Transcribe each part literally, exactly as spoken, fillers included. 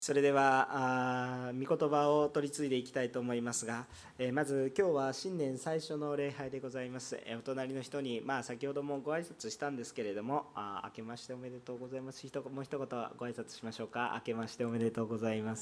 それではあ御言葉を取り継いでいきたいと思いますが、えーまず今日は新年最初の礼拝でございます。えーお隣の人に、まあ、先ほどもご挨拶したんですけれども、あ明けましておめでとうございます。ひともう一言ご挨拶しましょうか。明けましておめでとうございます。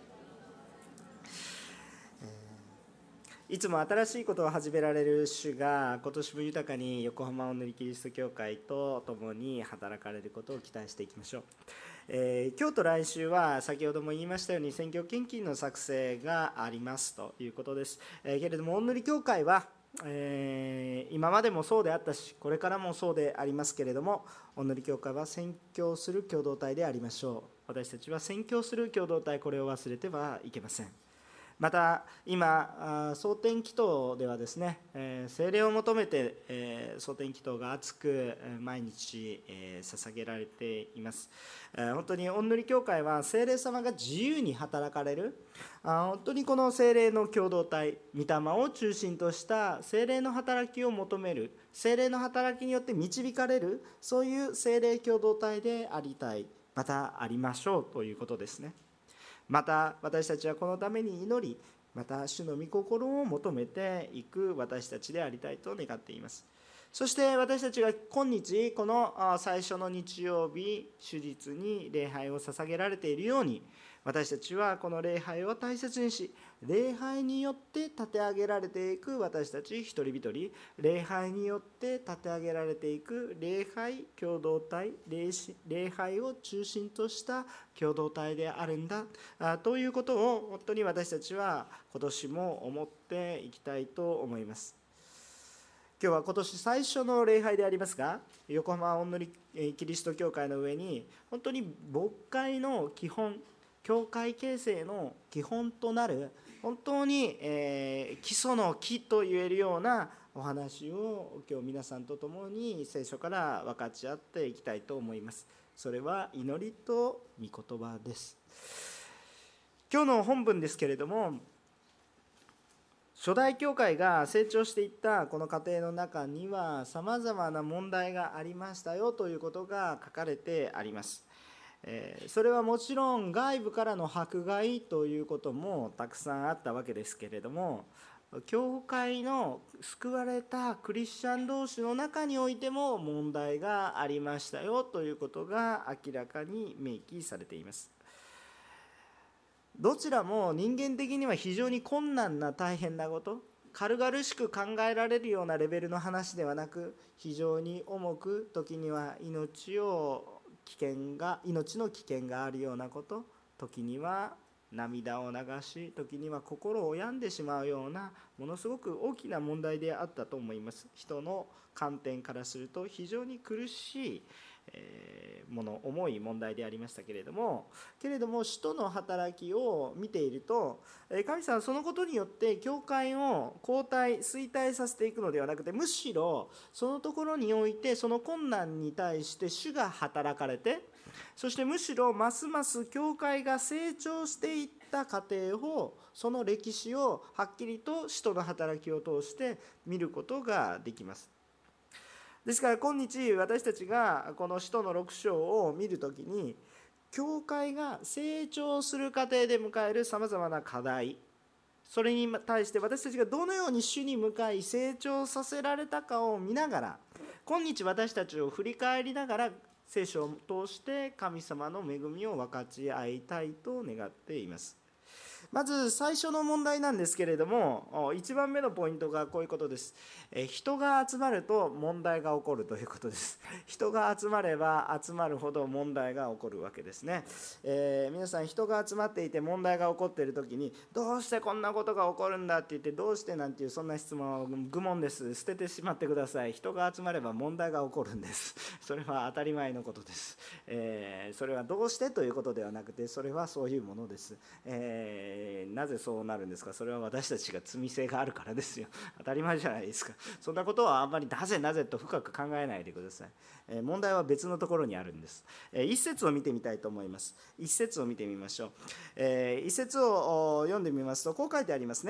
いつも新しいことを始められる主が今年も豊かに横浜お塗りキリスト教会と共に働かれることを期待していきましょう。えー今日と来週は先ほども言いましたように選挙献金の作成がありますということです。えーけれどもお塗り教会は、えー今までもそうであったしこれからもそうでありますけれども、お塗り教会は宣教する共同体でありましょう。私たちは宣教する共同体、これを忘れてはいけません。また今、蒼天祈祷ではですね、えー聖霊を求めて、えー蒼天祈祷が熱くえー毎日、えー捧げられています。えー本当におんぬり教会は聖霊様が自由に働かれる、あ本当にこの聖霊の共同体、御霊を中心とした聖霊の働きを求める、聖霊の働きによって導かれる、そういう聖霊共同体でありたい、またありましょうということですね。また私たちはこのために祈り、また主の御心を求めていく私たちでありたいと願っています。そして私たちが今日この最初の日曜日主日に礼拝を捧げられているように、私たちはこの礼拝を大切にし、礼拝によって立て上げられていく私たち一人一人、礼拝によって立て上げられていく礼拝共同体、礼し礼拝を中心とした共同体であるんだあということを本当に私たちは今年も思っていきたいと思います。今日は今年最初の礼拝でありますが、横浜おんぬりキリスト教会の上に本当に牧会の基本、教会形成の基本となる本当に、えー基礎の木と言えるようなお話を今日皆さんと共に聖書から分かち合っていきたいと思います。それは祈りと御言葉です。今日の本文ですけれども、初代教会が成長していったこの過程の中にはさまざまな問題がありましたよということが書かれてあります。えーそれはもちろん外部からの迫害ということもたくさんあったわけですけれども、教会の救われたクリスチャン同士の中においても問題がありましたよということが明らかに明記されています。どちらも人間的には非常に困難な大変なこと、軽々しく考えられるようなレベルの話ではなく、非常に重く、時には命を危険が命の危険があるようなこと、時には涙を流し、時には心を病んでしまうようなものすごく大きな問題であったと思います。人の観点からすると非常に苦しいえーもの重い問題でありましたけれども、けれども使徒の働きを見ていると、えー神様はそのことによって教会を後退衰退させていくのではなくて、むしろそのところにおいてその困難に対して主が働かれて、そしてむしろますます教会が成長していった過程を、その歴史をはっきりと使徒の働きを通して見ることができます。ですから今日私たちがこの使徒のろく章を見るときに、教会が成長する過程で迎えるさまざまな課題、それに対して私たちがどのように主に向かい成長させられたかを見ながら、今日私たちを振り返りながら聖書を通して神様の恵みを分かち合いたいと願っています。まず最初の問題なんですけれども、いちばんめのポイントがこういうことです。人が集まると問題が起こるということです。人が集まれば集まるほど問題が起こるわけですね。えー皆さん、人が集まっていて問題が起こっているときに、どうしてこんなことが起こるんだって言って、どうしてなんていうそんな質問は愚問です。捨ててしまってください。人が集まれば問題が起こるんです。それは当たり前のことです。えーそれはどうしてということではなくて、それはそういうものです。えーなぜそうなるんですか。それは私たちが罪性があるからですよ。当たり前じゃないですか。そんなことはあんまりなぜなぜと深く考えないでください。えー問題は別のところにあるんです。えー一節を見てみたいと思います。一節を見てみましょう。えー一節をお読んでみますとこう書いてありますね。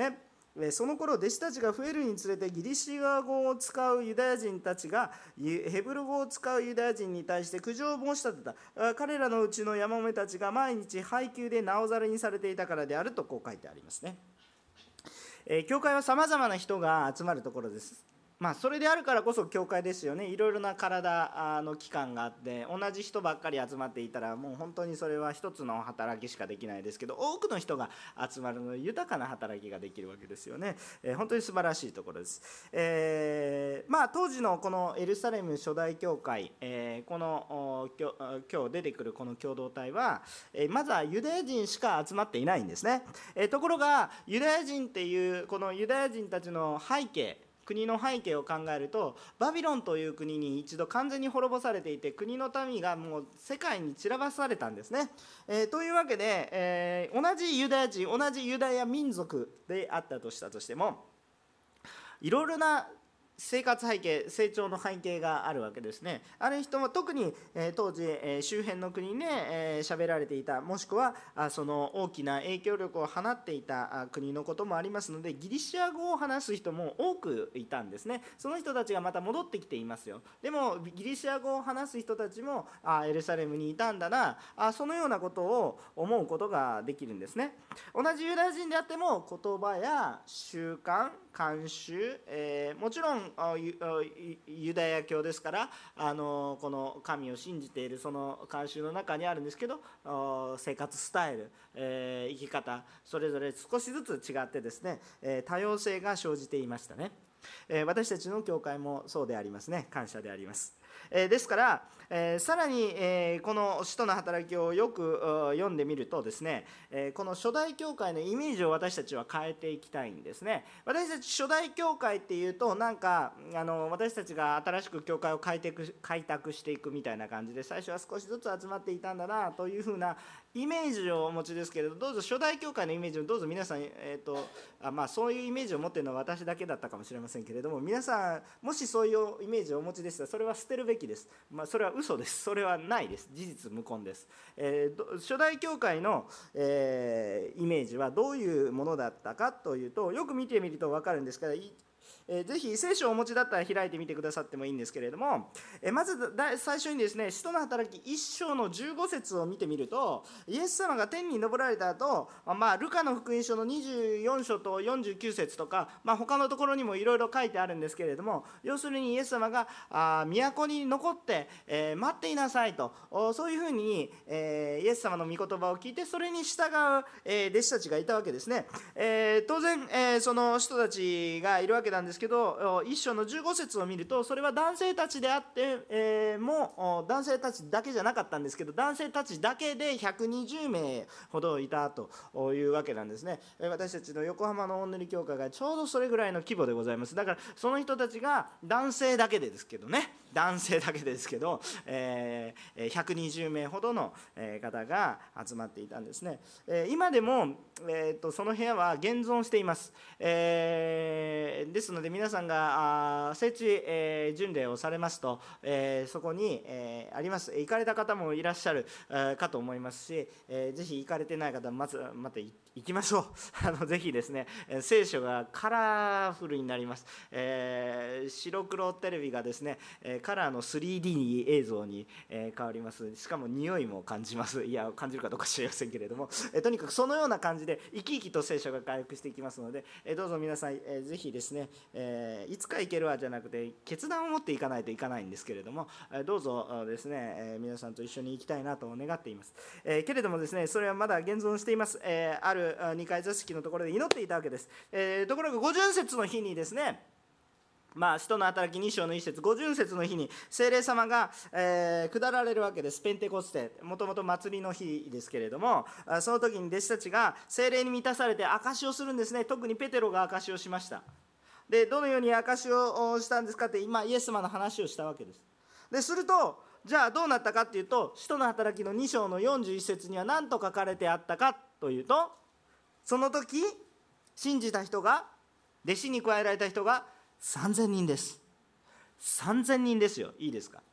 その頃弟子たちが増えるにつれてギリシア語を使うユダヤ人たちがヘブル語を使うユダヤ人に対して苦情を申し立てた。彼らのうちのヤマメたちが毎日配給でなおざるにされていたからであるとこう書いてありますね。教会はさまざまな人が集まるところです。まあ、それであるからこそ教会ですよね。いろいろな体の器官があって同じ人ばっかり集まっていたらもう本当にそれは一つの働きしかできないですけど、多くの人が集まるので豊かな働きができるわけですよね。えー、本当に素晴らしいところです。えーまあ、当時のこのエルサレム初代教会、えー、この今日出てくるこの共同体は、えー、まずはユダヤ人しか集まっていないんですね。えー、ところがユダヤ人っていうこのユダヤ人たちの背景、国の背景を考えると、バビロンという国に一度完全に滅ぼされていて、国の民がもう世界に散らばされたんですね。えー、というわけで、えー、同じユダヤ人、同じユダヤ民族であったとしたとしても、いろいろな生活背景、成長の背景があるわけですね。ある人は特に、えー、当時、えー、周辺の国で、えー、喋られていた、もしくはあその大きな影響力を放っていた国のこともありますので、ギリシア語を話す人も多くいたんですね。その人たちがまた戻ってきていますよ。でもギリシア語を話す人たちもあエルサレムにいたんだな、あそのようなことを思うことができるんですね。同じユダヤ人であっても言葉や習慣、慣習、えー、もちろんユダヤ教ですから、あのこの神を信じているその慣習の中にあるんですけど、生活スタイル、えー、生き方、それぞれ少しずつ違ってですね、多様性が生じていましたね。私たちの教会もそうでありますね。感謝であります。ですから、えー、さらに、えー、この使徒の働きをよく読んでみるとですね、えー、この初代教会のイメージを私たちは変えていきたいんですね。私たち初代教会っていうと、なんかあの私たちが新しく教会を開拓開拓していくみたいな感じで、最初は少しずつ集まっていたんだなというふうなイメージをお持ちですけれど、どうぞ初代教会のイメージをどうぞ皆さん、えーとあまあ、そういうイメージを持っているのは私だけだったかもしれませんけれども、皆さんもしそういうイメージをお持ちでしたら、それは捨てるべきです。まあ、それは嘘です。それはないです。事実無根です。えー、初代教会の、えー、イメージはどういうものだったかというと、よく見てみると分かるんですから、えー、ぜひ聖書をお持ちだったら開いてみてくださってもいいんですけれども、えー、まず最初にですね、使徒の働きいっ章のじゅうご節を見てみると、イエス様が天に昇られた後、まあルカの福音書のにじゅうよん章とよんじゅうきゅう節とか、まあ、他のところにもいろいろ書いてあるんですけれども、要するにイエス様があ都に残って、えー、待っていなさいと、そういうふうに、えー、イエス様の御言葉を聞いてそれに従う、えー、弟子たちがいたわけですね。えー、当然、えー、その人たちがいるわけなんですけど、一章のじゅうご節を見ると、それは男性たちであって、えー、も男性たちだけじゃなかったんですけど、男性たちだけでひゃくにじゅう名ほどいたというわけなんですね。私たちの横浜の御塗教会がちょうどそれぐらいの規模でございます。だからその人たちが男性だけでですけどね、男性だけですけど、えー、ひゃくにじゅう名ほどの方が集まっていたんですね。今でも、えー、とその部屋は現存しています。えー、ですので皆さんが聖地、えー、巡礼をされますと、えー、そこに、えー、あります。行かれた方もいらっしゃる、えー、かと思いますし、えー、ぜひ行かれてない方はまずまた行きましょう。あのぜひですね、聖書がカラフルになります。えー、白黒テレビがですね、カラーの スリーディー 映像に変わります。しかも匂いも感じます。いや感じるかどうか知りませんけれども、とにかくそのような感じで生き生きと聖書が回復していきますので、どうぞ皆さんぜひですね、いつか行けるわじゃなくて決断を持っていかないといかないんですけれども、どうぞですね皆さんと一緒に行きたいなと願っています。けれどもですね、それはまだ現存しています。あるにかい座敷のところで祈っていたわけです。ところが五巡節の日にですね、まあ、使徒の働きに章の一節、五巡節の日に聖霊様が、えー、下られるわけです。ペンテコステ、もともと祭りの日ですけれども、その時に弟子たちが聖霊に満たされて証しをするんですね。特にペテロが証しをしました。でどのように証しをしたんですかって、今イエス様の話をしたわけです。でするとじゃあどうなったかっていうと、使徒の働きのに章のよんじゅういち節には何と書かれてあったかというと、その時信じた人が、弟子に加えられた人がさんぜんにんです。さんぜんにんですよ。いいですか。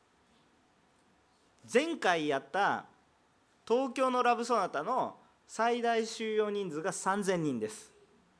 前回やった東京のラブソナタの最大収容人数がさんぜんにんです。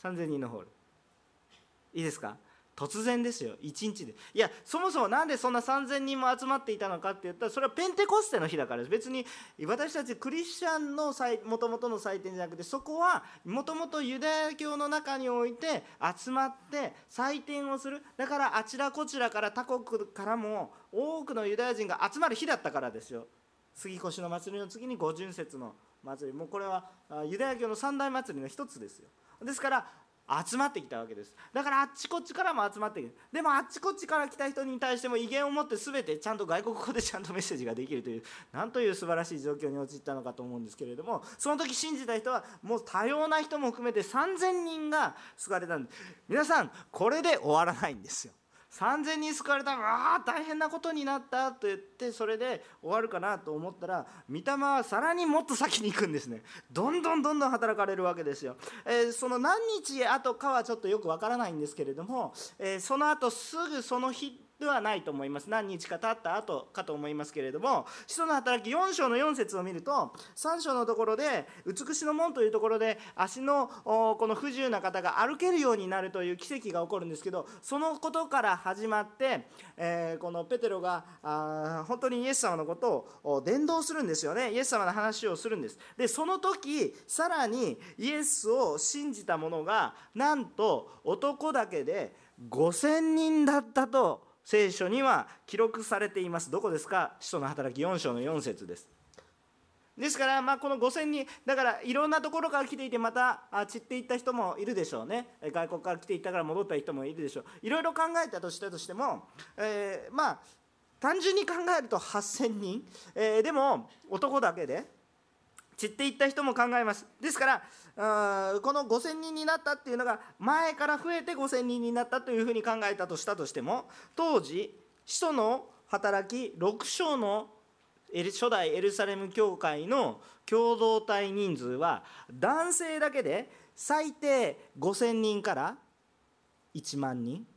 さんぜんにんのホール。いいですか？突然ですよ、いちにちで。いや、そもそもなんでそんなさんぜんにんも集まっていたのかって言ったら、それはペンテコステの日だからです。別に私たちクリスチャンのもともとの祭典じゃなくて、そこはもともとユダヤ教の中において集まって祭典をする。だからあちらこちらから他国からも多くのユダヤ人が集まる日だったからですよ。杉越の祭りの次に五巡節の祭り、もうこれはユダヤ教の三大祭りの一つですよ。ですから集まってきたわけです。だからあっちこっちからも集まってきる。でもあっちこっちから来た人に対しても威厳を持って全てちゃんと外国語でちゃんとメッセージができるという、なんという素晴らしい状況に陥ったのかと思うんですけれども、その時信じた人はもう多様な人も含めてさんぜんにんが救われたんです。皆さん、これで終わらないんですよ。さんぜんにん救われた、わあ大変なことになったと言ってそれで終わるかなと思ったら、御霊はさらにもっと先に行くんですね。どんどんどんどん働かれるわけですよ。えー、その何日後かはちょっとよくわからないんですけれども、えー、その後すぐその日ではないと思います。何日か経った後かと思いますけれども、使徒の働きよん章のよん節を見ると、さん章のところで美しの門というところで足のこの不自由な方が歩けるようになるという奇跡が起こるんですけど、そのことから始まって、えー、このペテロがあ本当にイエス様のことを伝道するんですよね。イエス様の話をするんです。でその時さらにイエスを信じた者がなんと男だけでごせんにんだったと聖書には記録されています。どこですか？使徒の働きよん章のよん節です。ですから、まあ、このごせんにんだからいろんなところから来ていて、また散っていった人もいるでしょうね。外国から来ていったから戻った人もいるでしょう。いろいろ考えたとしたとしても、えー、まあ単純に考えるとはっせんにん、えー、でも男だけで散っていった人も考えます。ですからあこのごせんにんになったっていうのが前から増えてごせんにんになったというふうに考えたとしたとしても、当時使徒の働きろく章の初代エルサレム教会の共同体人数は男性だけで最低ごせんにんからいちまんにん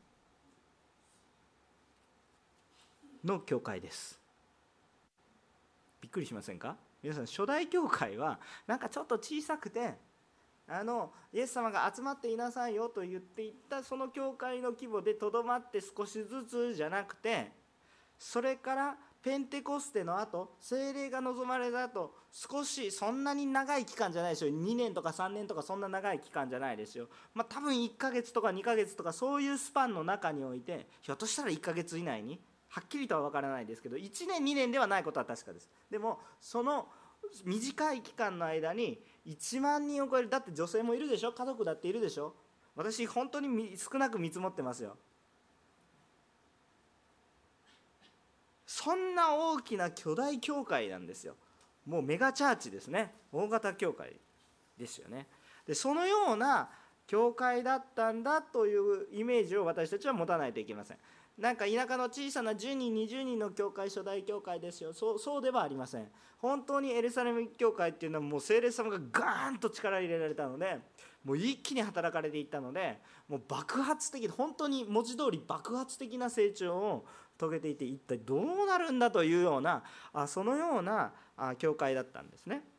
の教会です。びっくりしませんか？皆さん、初代教会はなんかちょっと小さくて、あのイエス様が集まっていなさいよと言っていったその教会の規模でとどまって少しずつじゃなくて、それからペンテコステの後、聖霊が望まれた後、少しそんなに長い期間じゃないですよ。にねんとかさんねんとかそんな長い期間じゃないですよ。まあ多分いっかげつとかにかげつとかそういうスパンの中において、ひょっとしたらいっかげつ以内に、はっきりとは分からないですけどいちねんにねんではないことは確かです。でもその短い期間の間にいちまんにんを超える。だって女性もいるでしょ、家族だっているでしょ。私本当に少なく見積もってますよ。そんな大きな巨大教会なんですよ。もうメガチャーチですね。大型教会ですよね。でそのような教会だったんだというイメージを私たちは持たないといけません。なんか田舎の小さなじゅうにんにじゅうにんの教会、初代教会ですよ。そうそうではありません。本当にエルサレム教会っていうのはもう聖霊様がガーンと力を入れられたので、もう一気に働かれていったので、もう爆発的、本当に文字通り爆発的な成長を遂げていて、一体どうなるんだというような、あそのような教会だったんですね。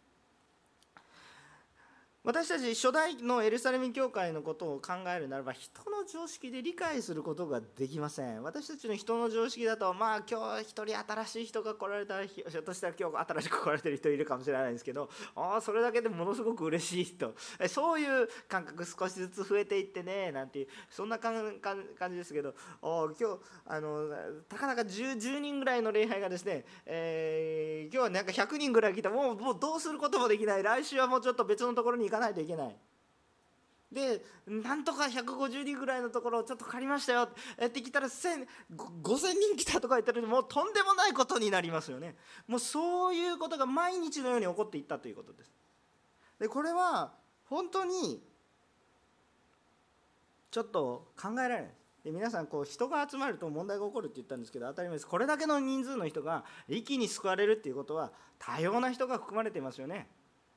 私たち初代のエルサレム教会のことを考えるならば、人の常識で理解することができません。私たちの人の常識だと、まあ今日一人新しい人が来られたら、ひょっとしたら今日新しく来られてる人いるかもしれないですけど、ああそれだけでものすごく嬉しい人、そういう感覚少しずつ増えていってねなんていう、そんな感じですけど、今日あのたかだか 10, じゅうにんぐらいの礼拝がですね、えー、今日はなんかひゃくにんぐらい来た。もう、もうどうすることもできない。来週はもうちょっと別のところに行かないといけない。でなんとかひゃくごじゅうにんぐらいのところをちょっと借りましたよって来たらごせんにん来たとか言ったら、もうとんでもないことになりますよね。もうそういうことが毎日のように起こっていったということです。でこれは本当にちょっと考えられない。で皆さん、こう人が集まると問題が起こるって言ったんですけど、当たり前です。これだけの人数の人が一気に救われるっていうことは、多様な人が含まれていますよね。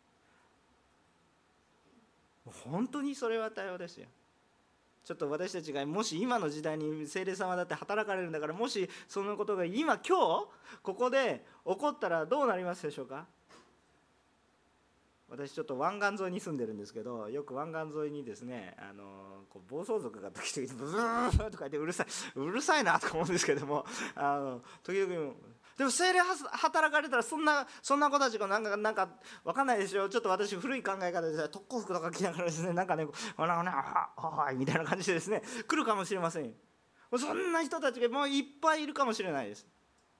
本当にそれは多様ですよ。ちょっと私たちがもし今の時代に聖霊様だって働かれるんだから、もしそのことが今今日ここで起こったらどうなりますでしょうか。 私ちょっと湾岸沿いに住んでるんですけど、よく湾岸沿いにですね、あのこう暴走族が時々ブーンとか言ってうるさいうるさいなとか思うんですけども、あの時々でも精霊働かれたらそんなそんな子たちがなんかなんか分かんないですよ。ちょっと私古い考え方で特攻服とか着ながらですね、なんかね「ほらほらはい」みたいな感じでですね来るかもしれません。そんな人たちがもういっぱいいるかもしれないです。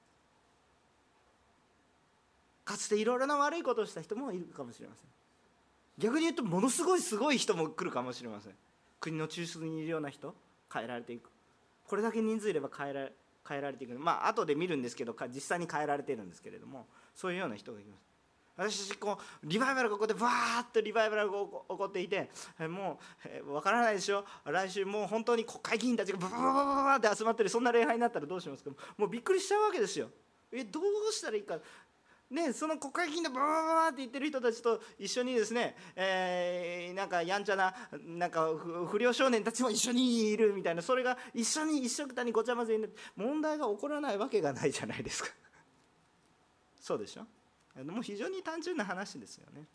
かつていろいろな悪いことをした人もいるかもしれません。逆に言うとものすごいすごい人も来るかもしれません。国の中枢にいるような人、変えられていく。これだけ人数いれば変えられ変えられていく。まあ後で見るんですけど、実際に変えられているんですけれども、そういうような人がいます。私こうリバイバルがここでバーッとリバイバルが起こっていて、もう分からないでしょ。来週もう本当に国会議員たちがババババババって集まってる、そんな礼拝になったらどうしますか。もうびっくりしちゃうわけですよ。えどうしたらいいかね、その国会議員でバーバーバーって言ってる人たちと一緒にですね、えー、なんかやんちゃななんか不良少年たちも一緒にいるみたいな、それが一緒に一緒くたにごちゃ混ぜになって問題が起こらないわけがないじゃないですか。そうでしょ。もう非常に単純な話ですよね。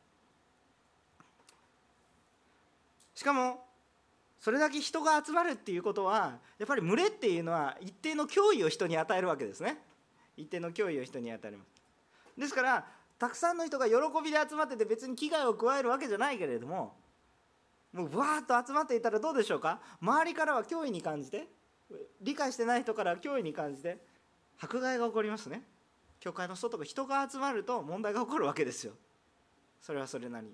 しかもそれだけ人が集まるっていうことは、やっぱり群れっていうのは一定の脅威を人に与えるわけですね。一定の脅威を人に与えます。ですからたくさんの人が喜びで集まってて別に危害を加えるわけじゃないけれども、もうわーっと集まっていたらどうでしょうか。周りからは脅威に感じて、理解してない人からは脅威に感じて迫害が起こりますね。教会の外が人が集まると問題が起こるわけですよ。それはそれなりに。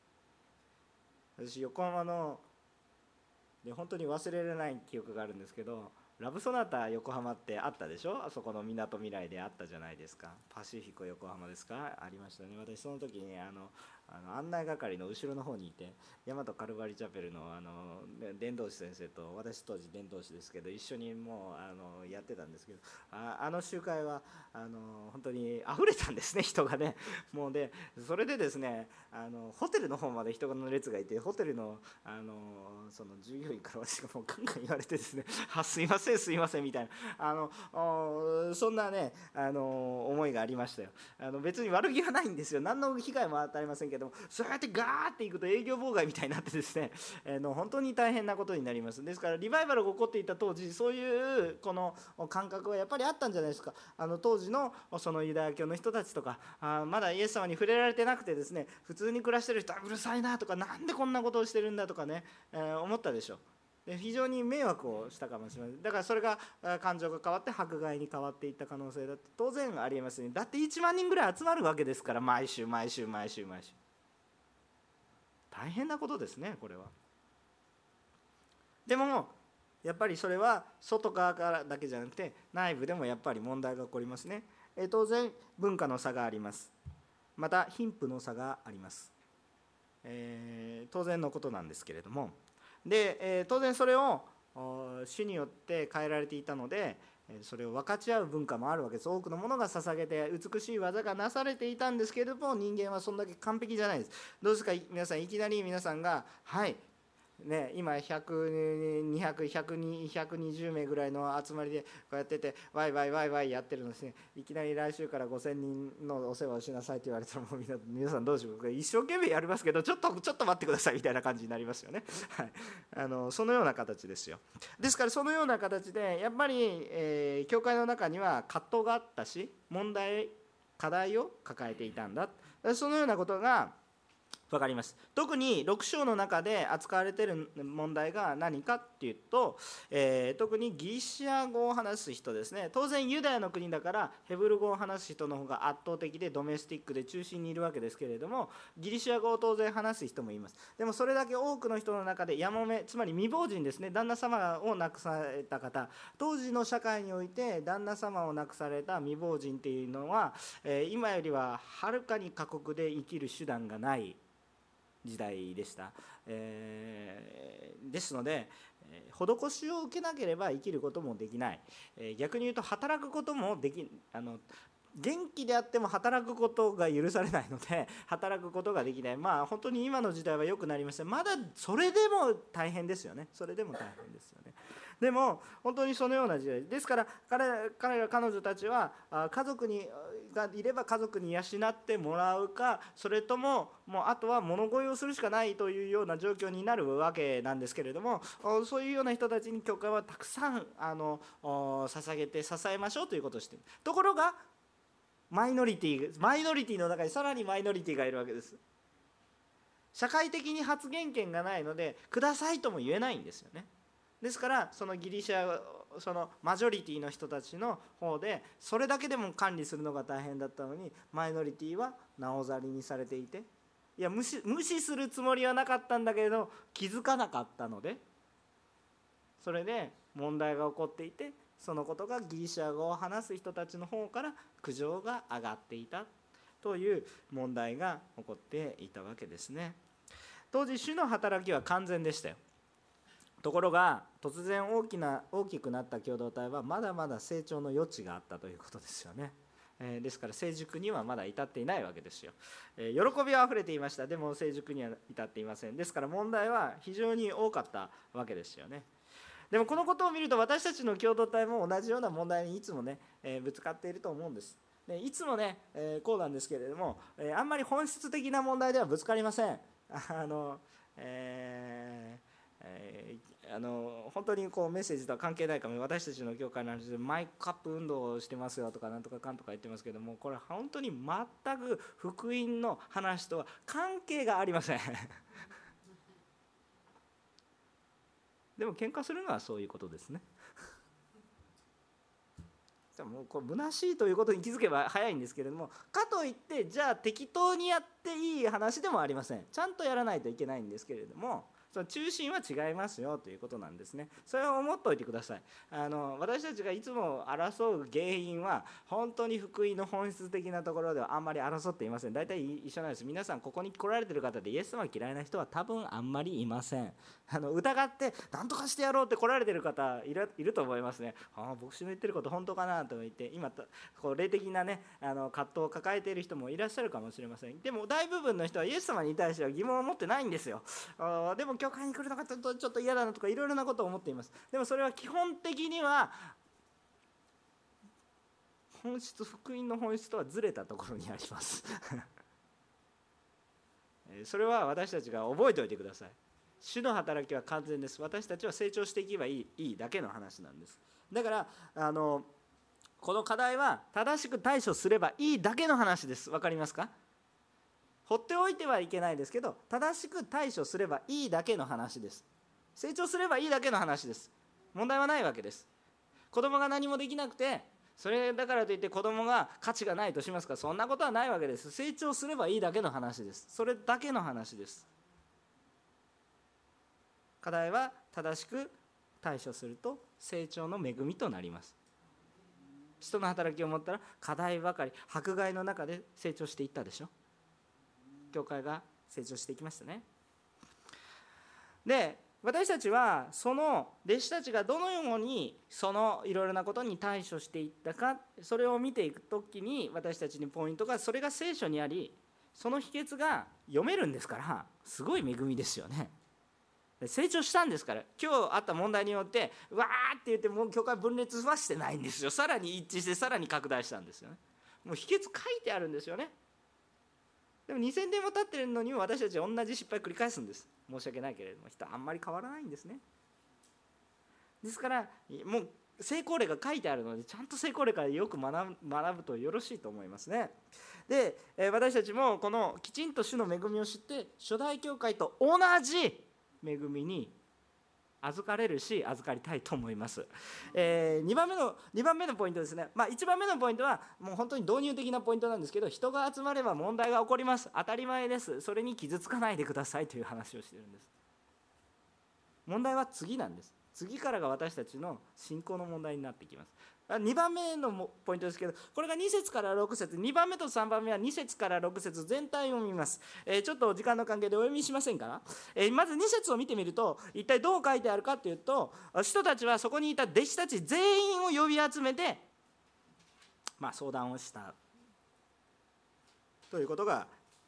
私横浜ので本当に忘れられない記憶があるんですけど、ラブソナタ横浜ってあったでしょ。あそこのみなとみらいであったじゃないですか。パシフィコ横浜ですか、ありましたね。私その時にあのあの案内係の後ろの方にいて、大和カルバリチャペルのあの伝道師先生と、私当時伝道師ですけど一緒にもうあのやってたんですけど、あ, あの集会はあの本当にあふれたんですね、人がね。もうでそれでですね、あのホテルの方まで人の列がいて、ホテルのあのその従業員から私がもうガンガン言われてですねあすいませんすいませんみたいな、あのそんなねあの思いがありましたよ。あの別に悪気はないんですよ。何の被害も与えませんけども、そうやってガーっていくと営業妨害みたいになってですね、あの本当に大変なことになります。ですからリバイバルが起こっていた当時、そういうこの感覚はやっぱりあったんじゃないですか。あの当時のそのユダヤ教の人たちとか、あまだイエス様に触れられてなくてですね、普通に暮らしてる人はうるさいなとか、なんでこんなことをしてるんだとかね、えー、思ったでしょう。非常に迷惑をしたかもしれません。だからそれが感情が変わって迫害に変わっていった可能性だって当然ありえますね。だっていちまんにんぐらい集まるわけですから、毎週毎週毎週毎週大変なことですね、これは。でもやっぱりそれは外側からだけじゃなくて内部でもやっぱり問題が起こりますね。え当然文化の差があります。また貧富の差があります、えー、当然のことなんですけれども、で、えー、当然それを主によって変えられていたので、それを分かち合う文化もあるわけです。多くのものが捧げて美しい技がなされていたんですけれども、人間はそんだけ完璧じゃないです。どうですか皆さん、いきなり皆さんがはいね、今ひゃく、にひゃく、ひゃくにじゅうめいぐらいの集まりでこうやっててワイワイワイワイやってるのですね。いきなり来週からごせんにんのお世話をしなさいって言われたら、もう皆さんどうしよう、一生懸命やりますけどちょっとちょっと待ってくださいみたいな感じになりますよね。はい、あのそのような形ですよ。ですからそのような形でやっぱり、えー、教会の中には葛藤があったし、問題課題を抱えていたんだ。そのようなことが分かります。特にろく章の中で扱われている問題が何かっていうと、えー、特にギリシア語を話す人ですね。当然ユダヤの国だからヘブル語を話す人の方が圧倒的でドメスティックで中心にいるわけですけれども、ギリシア語を当然話す人もいます。でもそれだけ多くの人の中でやもめ、つまり未亡人ですね、旦那様を亡くされた方、当時の社会において旦那様を亡くされた未亡人っていうのは、えー、今よりははるかに過酷で生きる手段がない時代でした、えー、ですので、えー、施しを受けなければ生きることもできない、えー、逆に言うと働くこともできあの元気であっても働くことが許されないので働くことができない。まあ本当に今の時代は良くなりました。まだそれでも大変ですよね。それでも大変ですよね。でも本当にそのような時代ですから、彼ら彼ら彼女たちは家族にがいれば家族に養ってもらうか、それとももうあとは物乞いをするしかないというような状況になるわけなんですけれども、そういうような人たちに教会はたくさんあの捧げて支えましょうということをしている。ところがマイノリティマイノリティの中にさらにマイノリティがいるわけです。社会的に発言権がないのでくださいとも言えないんですよね。ですからそのギリシャそのマジョリティの人たちの方でそれだけでも管理するのが大変だったのに、マイノリティはなおざりにされていて、いや無視無視するつもりはなかったんだけれど気づかなかったので、それで問題が起こっていて、そのことがギリシャ語を話す人たちの方から苦情が上がっていたという問題が起こっていたわけですね。当時主の働きは完全でしたよ。ところが突然大きな大きくなった共同体はまだまだ成長の余地があったということですよね。えー、ですから成熟にはまだ至っていないわけですよ。えー、喜びはあふれていました。でも成熟には至っていません。ですから問題は非常に多かったわけですよね。でもこのことを見ると私たちの共同体も同じような問題にいつもね、えー、ぶつかっていると思うんです。でいつもね、えー、こうなんですけれども、えー、あんまり本質的な問題ではぶつかりません。あの、えーえー、あの本当にこうメッセージとは関係ないかも、私たちの教会の話でマイクカップ運動をしてますよとかなんとかかんとか言ってますけども、これ本当に全く福音の話とは関係がありませんでも喧嘩するのはそういうことですねもうこれ虚しいということに気づけば早いんですけれども、かといってじゃあ適当にやっていい話でもありません。ちゃんとやらないといけないんですけれども、その中心は違いますよということなんですね。それを思っておいてください。あの私たちがいつも争う原因は本当に福音の本質的なところではあんまり争っていません。大体一緒なんです。皆さんここに来られてる方でイエス様嫌いな人は多分あんまりいません。あの疑って何とかしてやろうって来られてる方いる、いると思いますね。ああ牧師の言ってること本当かなと言って今こう霊的なねあの葛藤を抱えている人もいらっしゃるかもしれません。でも大部分の人はイエス様に対しては疑問を持ってないんですよ。あでも教会に来るのがちょっとちょっと嫌だなとかいろいろなことを思っています。でもそれは基本的には本質福音の本質とはずれたところにありますそれは私たちが覚えておいてください。主の働きは完全です。私たちは成長していけばいい、いいだけの話なんです。だからあのこの課題は正しく対処すればいいだけの話です。わかりますか？放っておいてはいけないですけど、正しく対処すればいいだけの話です。成長すればいいだけの話です。問題はないわけです。子供が何もできなくて、それだからといって子供が価値がないとしますか？そんなことはないわけです。成長すればいいだけの話です。それだけの話です。課題は正しく対処すると成長の恵みとなります。人の働きを持ったら課題ばかり、迫害の中で成長していったでしょ。教会が成長していきましたね。で私たちはその弟子たちがどのようにそのいろいろなことに対処していったか、それを見ていくときに私たちにポイントが、それが聖書にあり、その秘訣が読めるんですから、すごい恵みですよね。成長したんですから。今日あった問題によってわーって言ってもう教会分裂はしてないんですよ。さらに一致してさらに拡大したんですよね。もう秘訣書いてあるんですよね。でもにせんねんも経ってるのに私たちは同じ失敗を繰り返すんです。申し訳ないけれども人はあんまり変わらないんですね。ですからもう成功例が書いてあるので、ちゃんと成功例からよく学ぶ、学ぶとよろしいと思いますね。で私たちもこのきちんと主の恵みを知って初代教会と同じ恵みに預かれるし預かりたいと思います。えー、にばんめのにばんめのポイントですね。まあ、いちばんめのポイントはもう本当に導入的なポイントなんですけど、人が集まれば問題が起こります。当たり前です。それに傷つかないでくださいという話をしているんです。問題は次なんです。次からが私たちの信仰の問題になってきます。にばんめのポイントですけど、これがに節からろく節、にばんめとさんばんめはに節からろく節全体を見ます。えー、ちょっと時間の関係でお読みしませんから、えー、まずに節を見てみると一体どう書いてあるかというと、人たちはそこにいた弟子たち全員を呼び集めて、まあ、相談をしたということが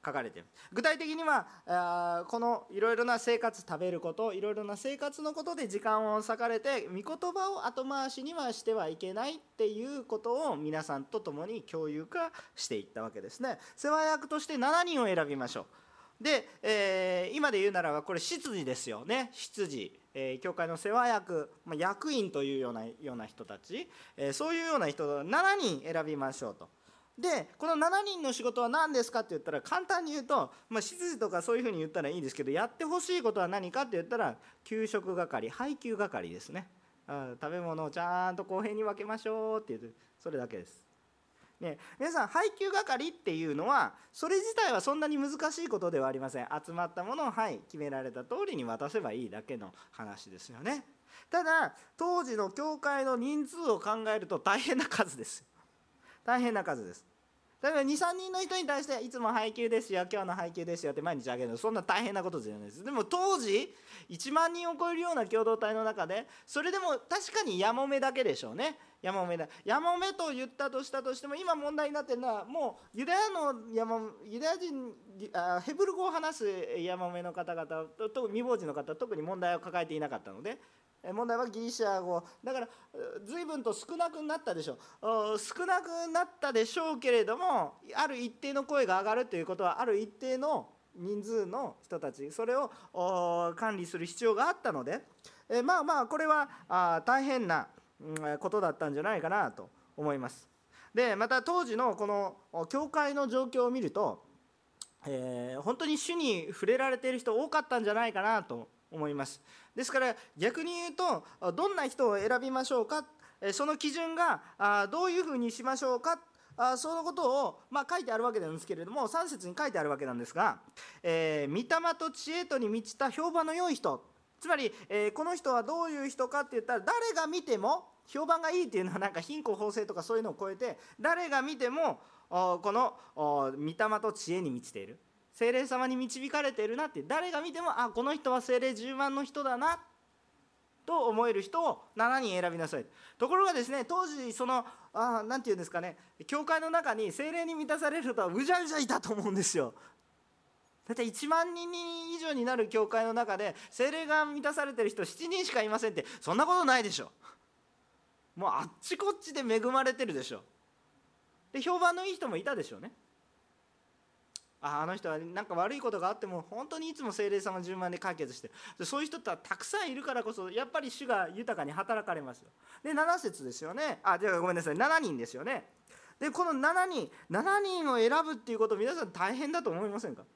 書かれている。具体的にはあこのいろいろな生活、食べること、いろいろな生活のことで時間を割かれて、御言葉を後回しにはしてはいけないっていうことを皆さんと共に共有化していったわけですね。世話役としてしちにんを選びましょう。で、えー、今で言うならばこれ執事ですよね。執事、えー、教会の世話役、まあ、役員というようなような人たち、えー、そういうような人をしちにん選びましょうと。でこのしちにんの仕事は何ですかって言ったら、簡単に言うと、まあ、執事とかそういうふうに言ったらいいんですけど、やってほしいことは何かって言ったら、給食係、配給係ですね。あ食べ物をちゃんと公平に分けましょうっていう、それだけです。ね、皆さん、配給係っていうのはそれ自体はそんなに難しいことではありません。集まったものを、はい、決められた通りに渡せばいいだけの話ですよね。ただ当時の教会の人数を考えると大変な数です。大変な数です。例えばにさんにんの人に対していつも配給ですよ、今日の配給ですよって毎日あげるの、そんな大変なことじゃないです。でも当時いちまんにんを超えるような共同体の中で、それでも確かにやもめだけでしょうね。やもめだやもめと言ったとしたとしても、今問題になっているのは、もうユダヤのやもユダヤ人あヘブル語を話すやもめの方々と特に未亡人の方は特に問題を抱えていなかったので、問題はギリシャ語だから、随分と少なくなったでしょう。少なくなったでしょうけれども、ある一定の声が上がるということは、ある一定の人数の人たち、それを管理する必要があったので、えまあまあこれはあ大変なことだったんじゃないかなと思います。でまた当時のこの教会の状況を見ると、えー、本当に主に触れられている人多かったんじゃないかなと思います。ですから逆に言うと、どんな人を選びましょうか、その基準がどういうふうにしましょうか、そのことを、まあ、書いてあるわけなんですけれども、さん節に書いてあるわけなんですが、えー、御霊と知恵とに満ちた評判の良い人、つまり、えー、この人はどういう人かって言ったら、誰が見ても評判がいいっていうのはなんか貧困法制とかそういうのを超えて、誰が見てもこの御霊と知恵に満ちている、聖霊様に導かれているなって、誰が見てもあこの人は聖霊充満の人だなと思える人をしちにん選びなさい。ところがですね、当時そのあなんていうんですかね、教会の中に聖霊に満たされる人はうじゃうじゃいたと思うんですよ。だっていちまんにん以上になる教会の中で聖霊が満たされている人しちにんしかいませんって、そんなことないでしょ。もうあっちこっちで恵まれてるでしょ。で評判のいい人もいたでしょうね。ああの人は何か悪いことがあっても本当にいつも聖霊様順番で解決してる、そういう人ってたくさんいるからこそ、やっぱり主が豊かに働かれますよ。でなな節ですよね。あじゃあごめんなさい、しちにんですよね。でこのしちにんしちにんを選ぶっていうこと、皆さん大変だと思いませんか。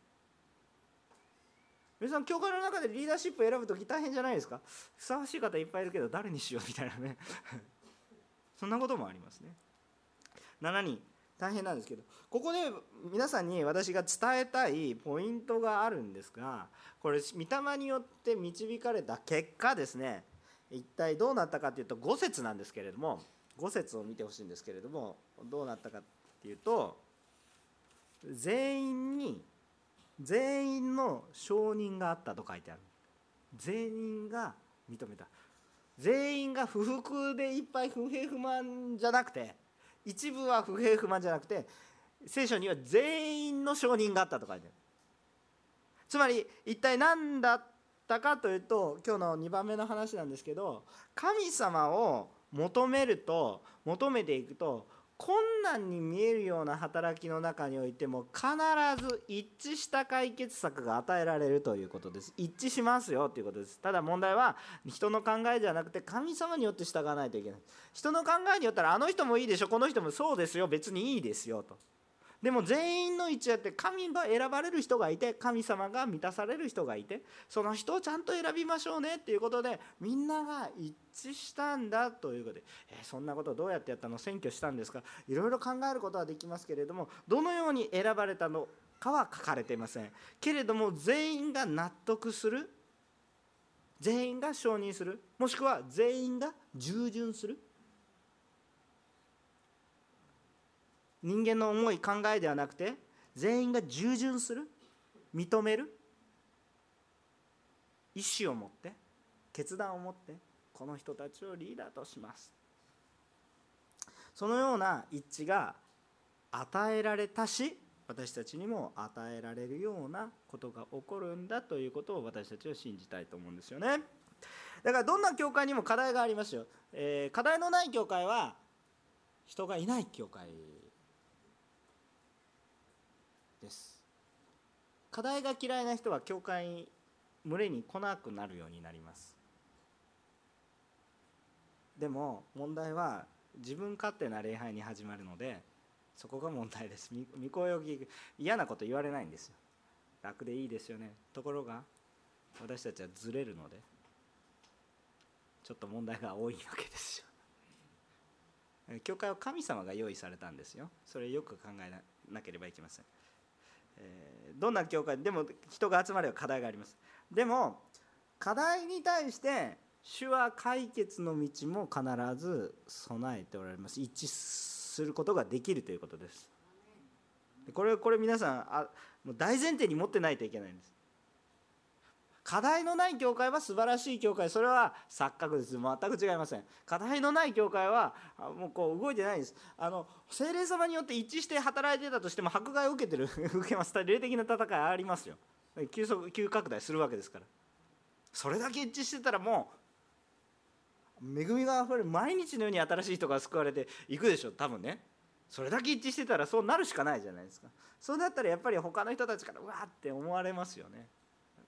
皆さん教会の中でリーダーシップを選ぶとき大変じゃないですか。ふさわしい方いっぱいいるけど誰にしようみたいなねそんなこともありますね。しちにん大変なんですけど、ここで皆さんに私が伝えたいポイントがあるんですが、これ御霊によって導かれた結果ですね、一体どうなったかというとご節なんですけれども、ご節を見てほしいんですけれども、どうなったかっていうと、全員に全員の承認があったと書いてある。全員が認めた。全員が不服でいっぱい不平不満じゃなくて、一部は不平不満じゃなくて、聖書には全員の承認があったと書いてある。つまり一体何だったかというと、今日のにばんめの話なんですけど、神様を求めると求めていくと、困難に見えるような働きの中においても必ず一致した解決策が与えられるということです。一致しますよということです。ただ問題は人の考えじゃなくて神様によって従わないといけない。人の考えによったらあの人もいいでしょ、この人もそうですよ、別にいいですよと。でも全員の一致やって、神が選ばれる人がいて、神様が満たされる人がいて、その人をちゃんと選びましょうねっていうことで、みんなが一致したんだということで、えー、そんなことどうやってやったの、選挙したんですか、いろいろ考えることはできますけれども、どのように選ばれたのかは書かれていませんけれども、全員が納得する、全員が承認する、もしくは全員が従順する、人間の思い考えではなくて全員が従順する、認める、意思を持って決断を持ってこの人たちをリーダーとします。そのような一致が与えられたし、 私たちにも与えられるようなことが起こるんだということを私たちは信じたいと思うんですよね。だからどんな教会にも課題がありますよ。えー、課題のない教会は人がいない教会です。課題が嫌いな人は教会に群れに来なくなるようになります。でも問題は自分勝手な礼拝に始まるので、そこが問題です。御子よぎ嫌なこと言われないんですよ。楽でいいですよね。ところが私たちはずれるのでちょっと問題が多いわけですよ。教会は神様が用意されたんですよ。それをよく考えなければいけません。えー、どんな教会でも人が集まれば課題があります。でも課題に対して主は解決の道も必ず備えておられます。一致することができるということです。これこれ皆さんあもう大前提に持ってないといけないんです。課題のない教会は素晴らしい教会、それは錯覚です。全く違いません。課題のない教会はもうこう動いてないんです。あの聖霊様によって一致して働いてたとしても迫害を受けてる受けます。霊的な戦いありますよ。急速急拡大するわけですから。それだけ一致してたらもう恵みがあふれる、毎日のように新しい人が救われていくでしょ多分ね。それだけ一致してたらそうなるしかないじゃないですか。そうだったらやっぱり他の人たちからうわーって思われますよね。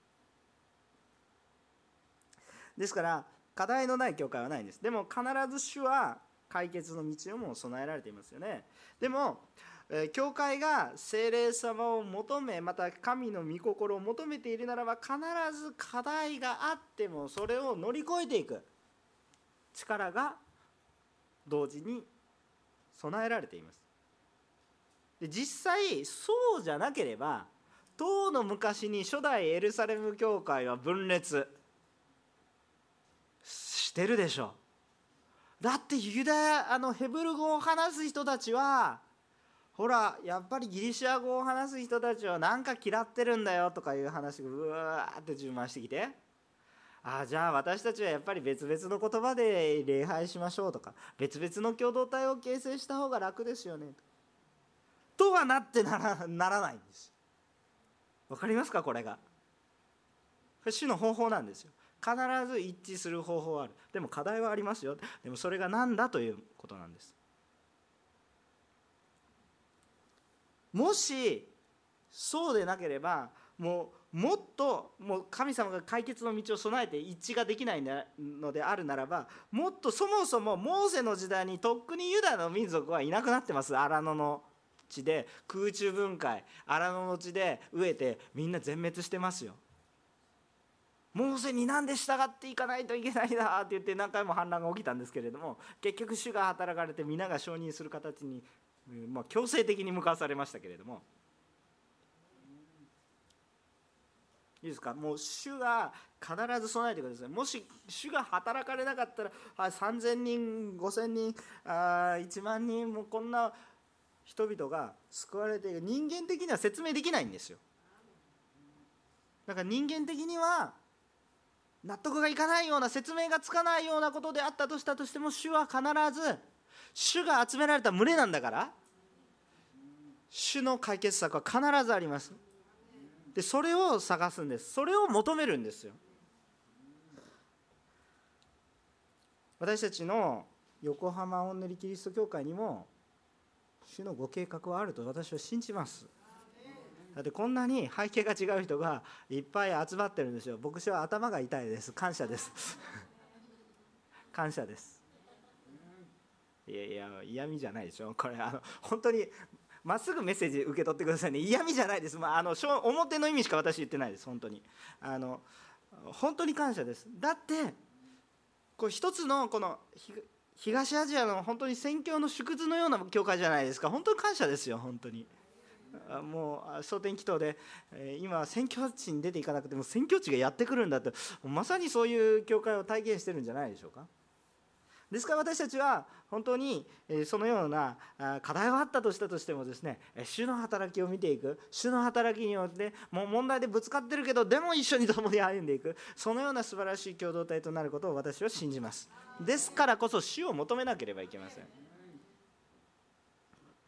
ですから課題のない教会はないんです。でも必ず主は解決の道をも備えられていますよね。でも教会が聖霊様を求め、また神の御心を求めているならば、必ず課題があってもそれを乗り越えていく力が同時に備えられています。で実際そうじゃなければ、当の昔に初代エルサレム教会は分裂してるでしょう。だってユダヤあのヘブル語を話す人たちはほらやっぱりギリシャ語を話す人たちはなんか嫌ってるんだよとかいう話がうわーって充満してきて、ああじゃあ私たちはやっぱり別々の言葉で礼拝しましょうとか、別々の共同体を形成した方が楽ですよねとはなってな ら, ならないんです。わかりますか？これがこれ主の方法なんですよ。必ず一致する方法はある。でも課題はありますよ。でもそれが何だということなんです。もしそうでなければ、もうもっともう神様が解決の道を備えて一致ができないのであるならば、もっとそもそもモーセの時代にとっくにユダの民族はいなくなってます。荒野の地で空中分解、荒野の地で飢えてみんな全滅してますよ。モーセになんで従っていかないといけないんだって言って何回も反乱が起きたんですけれども、結局主が働かれて皆が承認する形に、まあ、強制的に向かわされましたけれども、いいですか？もう主が必ず備えてください。もし主が働かれなかったら、あさんぜんにんごせんにんあいちまんにんもこんな人々が救われている、人間的には説明できないんですよ。だから人間的には納得がいかないような、説明がつかないようなことであったとしたとしても、主は必ず主が集められた群れなんだから、主の解決策は必ずあります。でそれを探すんです。それを求めるんですよ。私たちの横浜御練キリスト教会にも主のご計画はあると私は信じます。だってこんなに背景が違う人がいっぱい集まってるんですよ。僕は頭が痛いです。感謝です感謝です。いやいや嫌味じゃないでしょこれ。あの本当にまっすぐメッセージ受け取ってくださいね。嫌味じゃないです。まあ、あの表の意味しか私言ってないです。本当にあの本当に感謝です。だってこれ一つのこの東アジアの本当に宣教の縮図のような教会じゃないですか。本当に感謝ですよ。本当にもう蒼天祈祷で今宣教地に出ていかなくても宣教地がやってくるんだって、まさにそういう教会を体験してるんじゃないでしょうか。ですから私たちは本当にそのような課題はあったとしたとしてもですね、主の働きを見ていく、主の働きによってもう問題でぶつかってるけどでも一緒に共に歩んでいく、そのような素晴らしい共同体となることを私は信じます。ですからこそ主を求めなければいけません。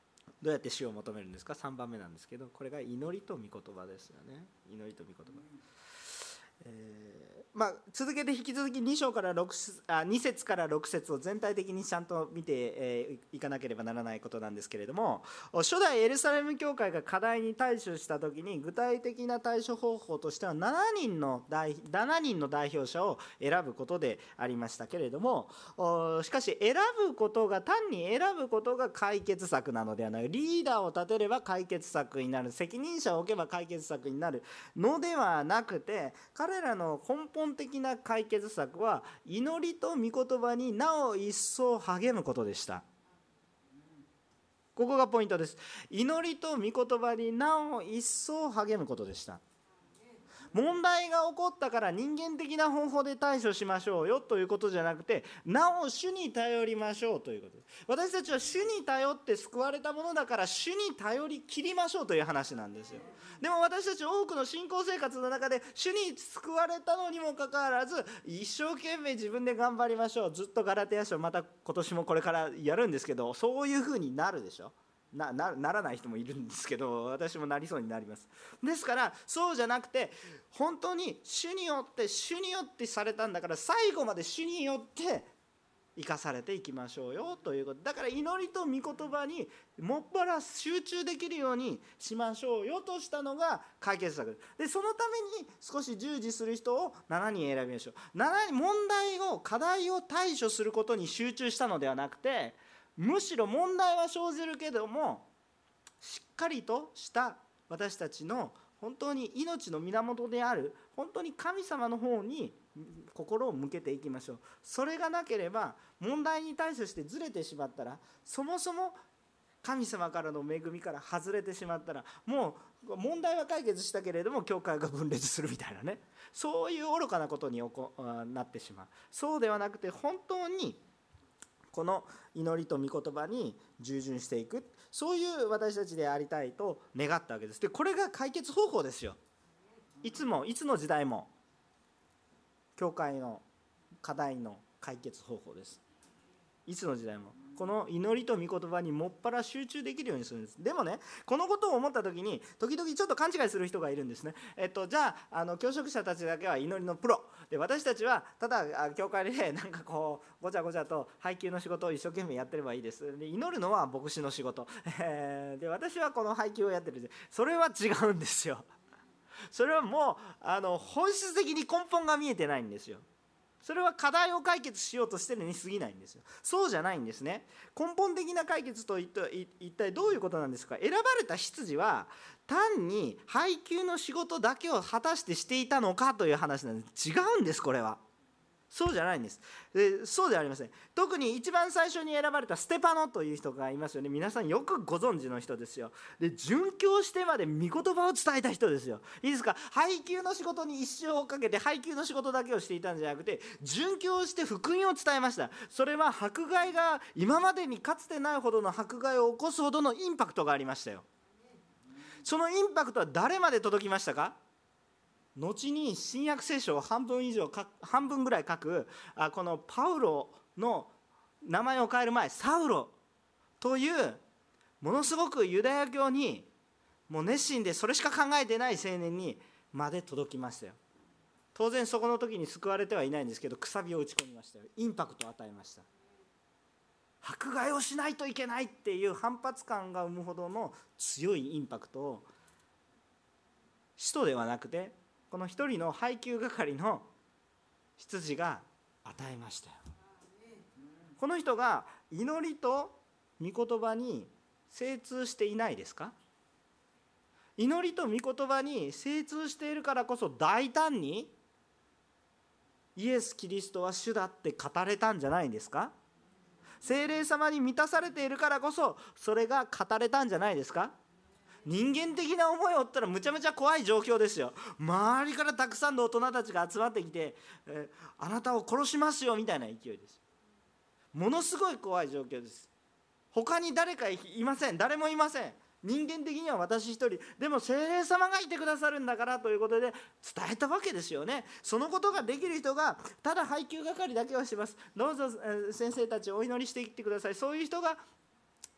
どうやって主を求めるんですか？さんばんめなんですけど、これが祈りと御言葉ですよね。祈りと御言葉、えーまあ、続けて引き続きに章からろくあに節からろく節を全体的にちゃんと見てい、えー、かなければならないことなんですけれども、初代エルサレム教会が課題に対処した時に具体的な対処方法としてはななにんの代しちにんの代表者を選ぶことでありましたけれども、しかし選ぶことが単に選ぶことが解決策なのではない、リーダーを立てれば解決策になる、責任者を置けば解決策になるのではなくて、彼らの根本的な解決策は祈りと御言葉になお一層励むことでした。ここがポイントです。祈りと御言葉になお一層励むことでした。問題が起こったから人間的な方法で対処しましょうよということじゃなくて、なお主に頼りましょうということです。私たちは主に頼って救われたものだから、主に頼り切りましょうという話なんですよ。でも私たち多くの信仰生活の中で主に救われたのにもかかわらず、一生懸命自分で頑張りましょう、ずっとガラテヤ書また今年もこれからやるんですけど、そういうふうになるでしょ。な, な, ならない人もいるんですけど、私もなりそうになります。ですからそうじゃなくて、本当に主によって主によってされたんだから、最後まで主によって生かされていきましょうよということだから、祈りと御言葉にもっぱら集中できるようにしましょうよとしたのが解決策で、そのために少し従事する人をしちにん選びましょう。しちにん問題を課題を対処することに集中したのではなくて、むしろ問題は生じるけども、しっかりとした私たちの本当に命の源である本当に神様の方に心を向けていきましょう。それがなければ、問題に対処してずれてしまったら、そもそも神様からの恵みから外れてしまったら、もう問題は解決したけれども教会が分裂するみたいなね、そういう愚かなことになってしまう。そうではなくて、本当にこの祈りと御言葉に従順していく、そういう私たちでありたいと願ったわけです。でこれが解決方法ですよ。いつもいつの時代も教会の課題の解決方法です。いつの時代もこの祈りと御言葉にもっぱら集中できるようにするんです。でもね、このことを思った時に時々ちょっと勘違いする人がいるんですね。えっとじゃあ、あの教職者たちだけは祈りのプロで、私たちはただ教会でなんかこうごちゃごちゃと配給の仕事を一生懸命やってればいいです。で祈るのは牧師の仕事、えー、で私はこの配給をやってるんで、それは違うんですよ。それはもうあの本質的に根本が見えてないんですよ。それは課題を解決しようとしてるに過ぎないんですよ。そうじゃないんですね。根本的な解決と一体どういうことなんですか。選ばれた執事は単に配給の仕事だけを果たしてしていたのかという話なんです。違うんです。これはそうじゃないんです。でそうではありません。特に一番最初に選ばれたステパノという人がいますよね。皆さんよくご存知の人ですよ。で殉教してまで御言葉を伝えた人ですよ。いいですか。配給の仕事に一生をかけて配給の仕事だけをしていたんじゃなくて、殉教して福音を伝えました。それは迫害が今までにかつてないほどの迫害を起こすほどのインパクトがありましたよ。そのインパクトは誰まで届きましたか。後に新約聖書を半分以上半分ぐらい書くあこのパウロの名前を変える前、サウロというものすごくユダヤ教にもう熱心でそれしか考えてない青年にまで届きましたよ。当然そこの時に救われてはいないんですけど、くさびを打ち込みましたよ。インパクトを与えました。迫害をしないといけないっていう反発感が生むほどの強いインパクトを使徒ではなくてこの一人の配給係の執事が与えましたよ。この人が祈りと御言葉に精通していないですか。祈りと御言葉に精通しているからこそ大胆にイエス・キリストは主だって語れたんじゃないですか。聖霊様に満たされているからこそそれが語れたんじゃないですか。人間的な思いを負ったらむちゃむちゃ怖い状況ですよ。周りからたくさんの大人たちが集まってきて、えー、あなたを殺しますよみたいな勢いです。ものすごい怖い状況です。他に誰かいません。誰もいません。人間的には私一人でも聖霊様がいてくださるんだからということで伝えたわけですよね。そのことができる人がただ配給係だけをします。どうぞ先生たちお祈りしていってください。そういう人が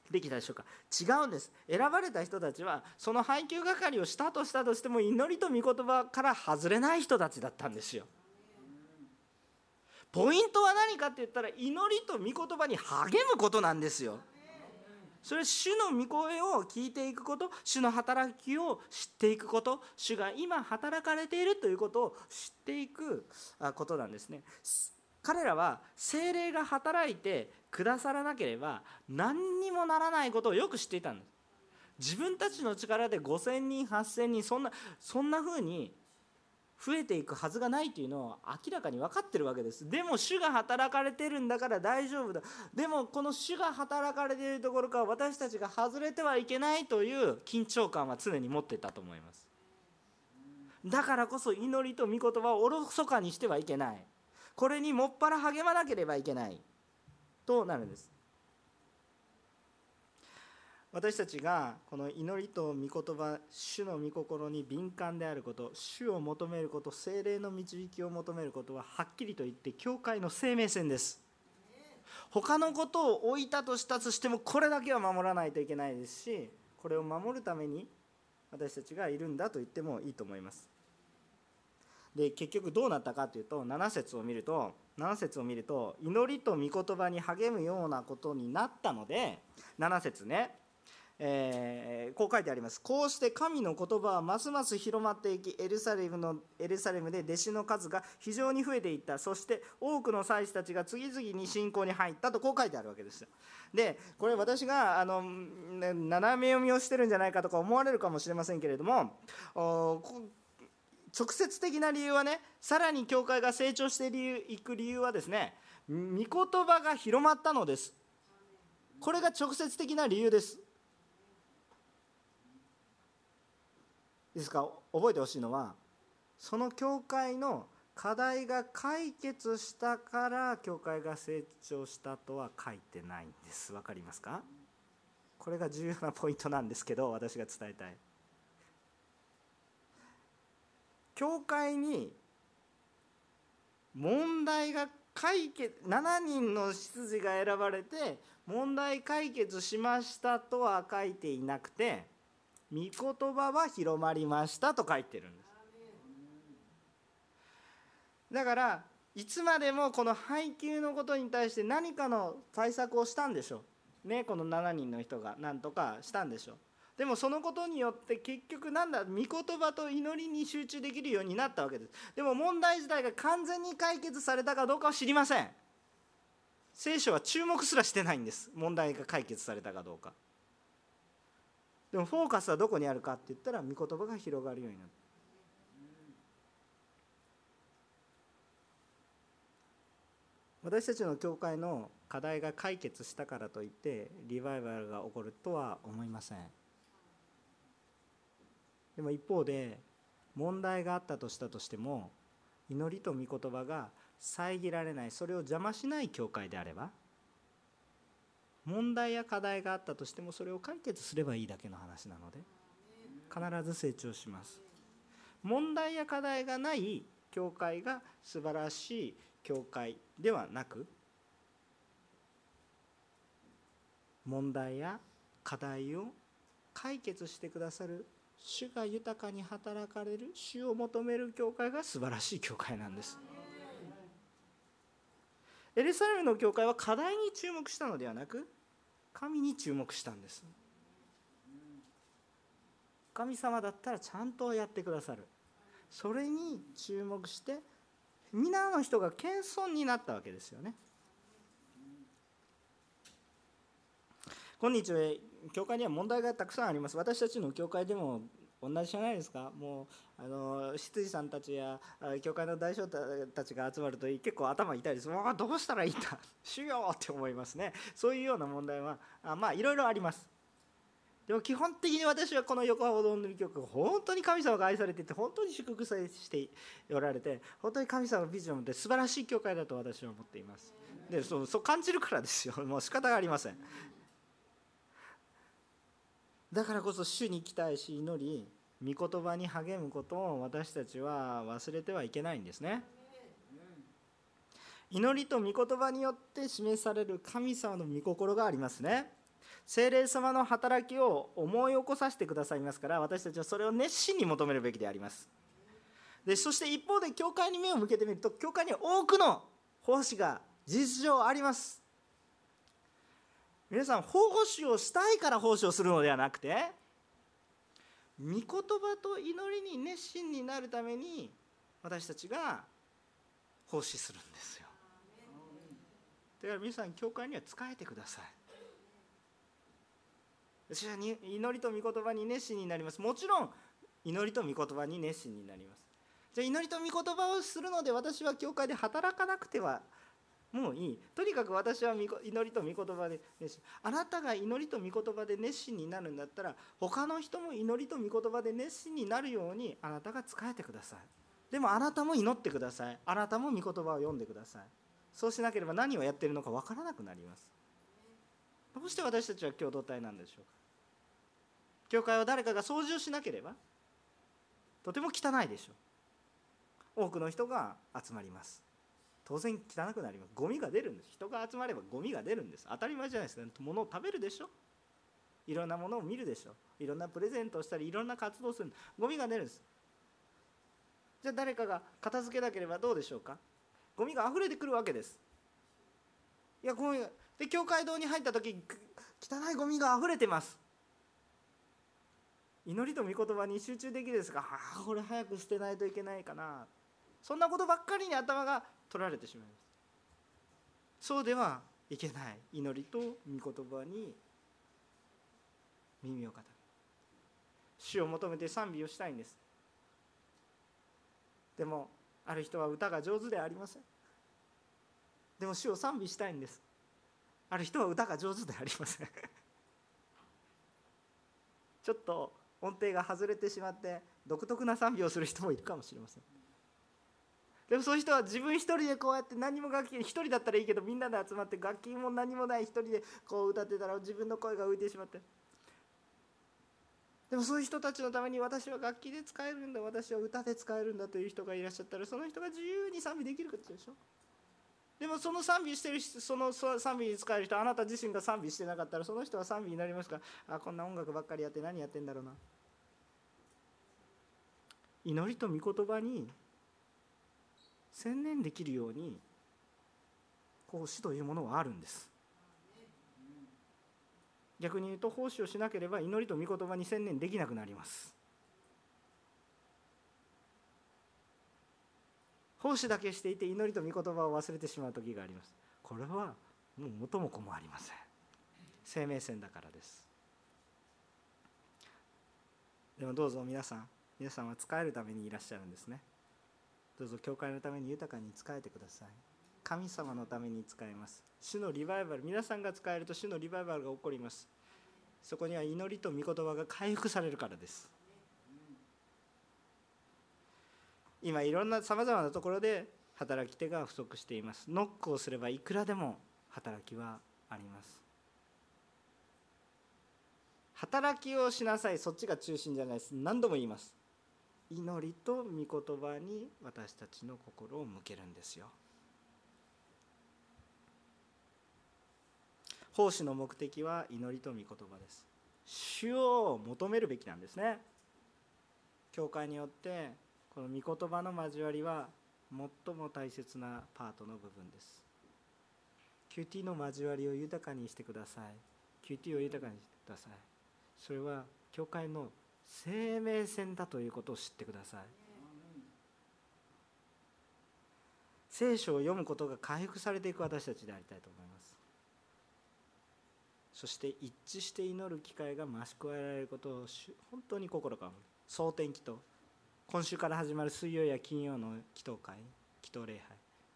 できたでしょうか。違うんです。選ばれた人たちはその配給係をしたとしたとしても祈りと御言葉から外れない人たちだったんですよ。ポイントは何かって言ったら、祈りと御言葉に励むことなんですよ。それ主の御声を聞いていくこと、主の働きを知っていくこと、主が今働かれているということを知っていくことなんですね。彼らは聖霊が働いてくださらなければ何にもならないことをよく知っていたんです。自分たちの力でごせんにんはっせんにんそんなそんな風に増えていくはずがないというのを明らかに分かってるわけです。でも主が働かれてるんだから大丈夫だ。でもこの主が働かれているところから私たちが外れてはいけないという緊張感は常に持っていたと思います。だからこそ祈りと御言葉をおろそかにしてはいけない。これにもっぱら励まなければいけないとなるんです。私たちがこの祈りと御言葉、主の御心に敏感であること、主を求めること、聖霊の導きを求めることははっきりと言って教会の生命線です。他のことを置いたとしたとしてもこれだけは守らないといけないですし、これを守るために私たちがいるんだと言ってもいいと思います。で結局どうなったかというと、なな節を見るとなな節を見ると祈りと御言葉に励むようなことになったので、なな節ね、えー、こう書いてあります。こうして神の言葉はますます広まっていき、エルサレムのエルサレムで弟子の数が非常に増えていった。そして多くの祭司たちが次々に信仰に入ったと、こう書いてあるわけです。でこれ私があの斜め読みをしてるんじゃないかとか思われるかもしれませんけれども、直接的な理由はね、さらに教会が成長していく理由はですね、御言葉が広まったのです。これが直接的な理由です。ですから覚えてほしいのは、その教会の課題が解決したから教会が成長したとは書いてないんです。わかりますか？これが重要なポイントなんですけど、私が伝えたい。教会に問題が解決、しちにんの執事が選ばれて問題解決しましたとは書いていなくて、御言葉は広まりましたと書いてるんです。だからいつまでもこの配給のことに対して何かの対策をしたんでしょうね。このしちにんの人が何とかしたんでしょう。でもそのことによって結局なんだ、御言葉と祈りに集中できるようになったわけです。でも問題自体が完全に解決されたかどうかは知りません。聖書は注目すらしてないんです、問題が解決されたかどうか。でもフォーカスはどこにあるかって言ったら、御言葉が広がるようになる。私たちの教会の課題が解決したからといってリバイバルが起こるとは思いません。でも一方で問題があったとしたとしても、祈りと御言葉が遮られない、それを邪魔しない教会であれば、問題や課題があったとしてもそれを解決すればいいだけの話なので、必ず成長します。問題や課題がない教会が素晴らしい教会ではなく、問題や課題を解決してくださる主が豊かに働かれる、主を求める教会が素晴らしい教会なんです。エルサレムの教会は課題に注目したのではなく、神に注目したんです。神様だったらちゃんとやってくださる、それに注目して皆の人が謙遜になったわけですよね。今日教会には問題がたくさんあります。私たちの教会でも同じじゃないですか。もうあの執事さんたちや教会の代表たちが集まると結構頭痛いです。もうどうしたらいいんだ主よって思いますね。そういうような問題はあまあいろいろあります。でも基本的に私はこの横浜お祈り教会が本当に神様が愛されていて、本当に祝福されておられて、本当に神様のビジョンで素晴らしい教会だと私は思っています。でそうそう感じるからですよ。もう仕方がありません。だからこそ主に期待し祈り、御言葉に励むことを私たちは忘れてはいけないんですね。祈りと御言葉によって示される神様の御心がありますね。 聖霊様の働きを思い起こさせてくださいますから、私たちはそれを熱心に求めるべきであります。でそして一方で教会に目を向けてみると、教会には多くの奉仕が事実上あります。皆さん、奉仕をしたいから奉仕をするのではなくて、御言葉と祈りに熱心になるために私たちが奉仕するんですよ。だから皆さん、教会には仕えてください。私は祈りと御言葉に熱心になります。もちろん祈りと御言葉に熱心になります。じゃあ祈りと御言葉をするので私は教会で働かなくてはもういい。とにかく私は祈りと御言葉で熱心。あなたが祈りと御言葉で熱心になるんだったら、他の人も祈りと御言葉で熱心になるようにあなたが仕えてください。でもあなたも祈ってください。あなたも御言葉を読んでください。そうしなければ何をやっているのか分からなくなります。どうして私たちは共同体なんでしょうか。教会は誰かが掃除をしなければとても汚いでしょう。多くの人が集まります。当然汚くなります。ゴミが出るんです。人が集まればゴミが出るんです。当たり前じゃないですか。物を食べるでしょ。いろんなものを見るでしょ。いろんなプレゼントをしたりいろんな活動をする。ゴミが出るんです。じゃあ誰かが片付けなければどうでしょうか。ゴミが溢れてくるわけです。いやゴミがで教会堂に入った時、汚いゴミが溢れてます。祈りと御言葉に集中できるですが、ああこれ早く捨てないといけないかな、そんなことばっかりに頭が取られてしまいます。そうではいけない。祈りと御言葉に耳を傾け、主を求めて賛美をしたいんです。でもある人は歌が上手ではありません。でも主を賛美したいんです。ある人は歌が上手ではありませんちょっと音程が外れてしまって独特な賛美をする人もいるかもしれません。でもそういう人は自分一人でこうやって何も楽器、一人だったらいいけどみんなで集まって楽器も何もない一人でこう歌ってたら自分の声が浮いてしまって、でもそういう人たちのために私は楽器で使えるんだ、私は歌で使えるんだという人がいらっしゃったら、その人が自由に賛美できることでしょ。でもその賛美してる人、その賛美に使える人、あなた自身が賛美してなかったらその人は賛美になりますから、あこんな音楽ばっかりやって何やってんだろうな。祈りと御言葉に専念できるように奉仕というものはあるんです。逆に言うと奉仕をしなければ祈りと御言葉に専念できなくなります。奉仕だけしていて祈りと御言葉を忘れてしまう時があります。これはもう元も子もありません。生命線だからです。でもどうぞ皆さん皆さんは仕えるためにいらっしゃるんですね。どうぞ教会のために豊かに仕えてください。神様のために仕えます。主のリバイバル、皆さんが仕えると主のリバイバルが起こります。そこには祈りと御言葉が回復されるからです。今いろんなさまざまなところで働き手が不足しています。ノックをすればいくらでも働きはあります。働きをしなさい、そっちが中心じゃないです。何度も言います。祈りと御言葉に私たちの心を向けるんですよ。奉仕の目的は祈りと御言葉です。主を求めるべきなんですね。教会によってこの御言葉の交わりは最も大切なパートの部分です。キューティー の交わりを豊かにしてください。キューティー を豊かにしてください。それは教会の生命線だということを知ってください。聖書を読むことが回復されていく私たちでありたいと思います。そして一致して祈る機会が増し加えられることを本当に心から思う。蒼天祈祷、今週から始まる水曜や金曜の祈祷会、祈祷礼拝、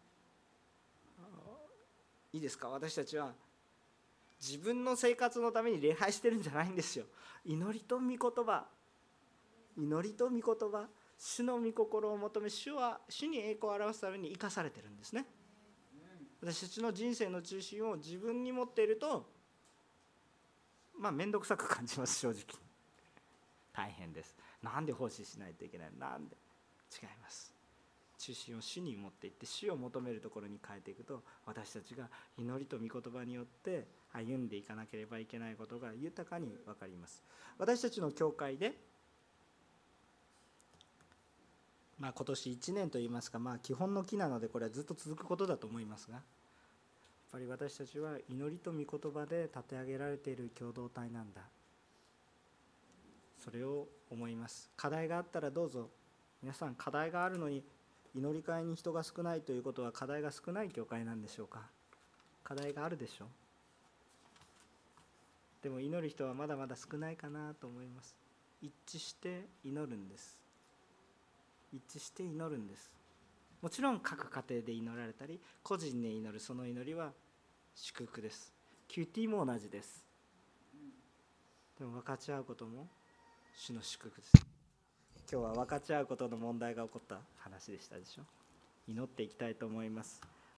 いいですか。私たちは自分の生活のために礼拝してるんじゃないんですよ。祈りと御言葉、祈りと御言葉、主の御心を求め、主は主に栄光を表すために生かされてるんですね。私たちの人生の中心を自分に持っていると、まあ面倒くさく感じます。正直大変です。なんで奉仕しないといけない、なんで。違います。 中心を主に持っていって主を求めるところに変えていくと、私たちが祈りと御言葉によって歩んでいかなければいけないことが豊かに分かります。私たちの教会で、まあ、今年いちねんといいますか、まあ、基本の木なのでこれはずっと続くことだと思いますが、やっぱり私たちは祈りと御言葉で立て上げられている共同体なんだ、それを思います。課題があったらどうぞ。皆さん、課題があるのに祈り会に人が少ないということは課題が少ない教会なんでしょうか。課題があるでしょう。でも祈る人はまだまだ少ないかなと思います。一致して祈るんです。一致して祈るんです。もちろん各家庭で祈られたり個人で祈るその祈りは祝福です。キューティーも同じです。でも分かち合うことも主の祝福です。今日は分かち合うことの問題が起こった話でしたでしょ。祈っていきたいと思います。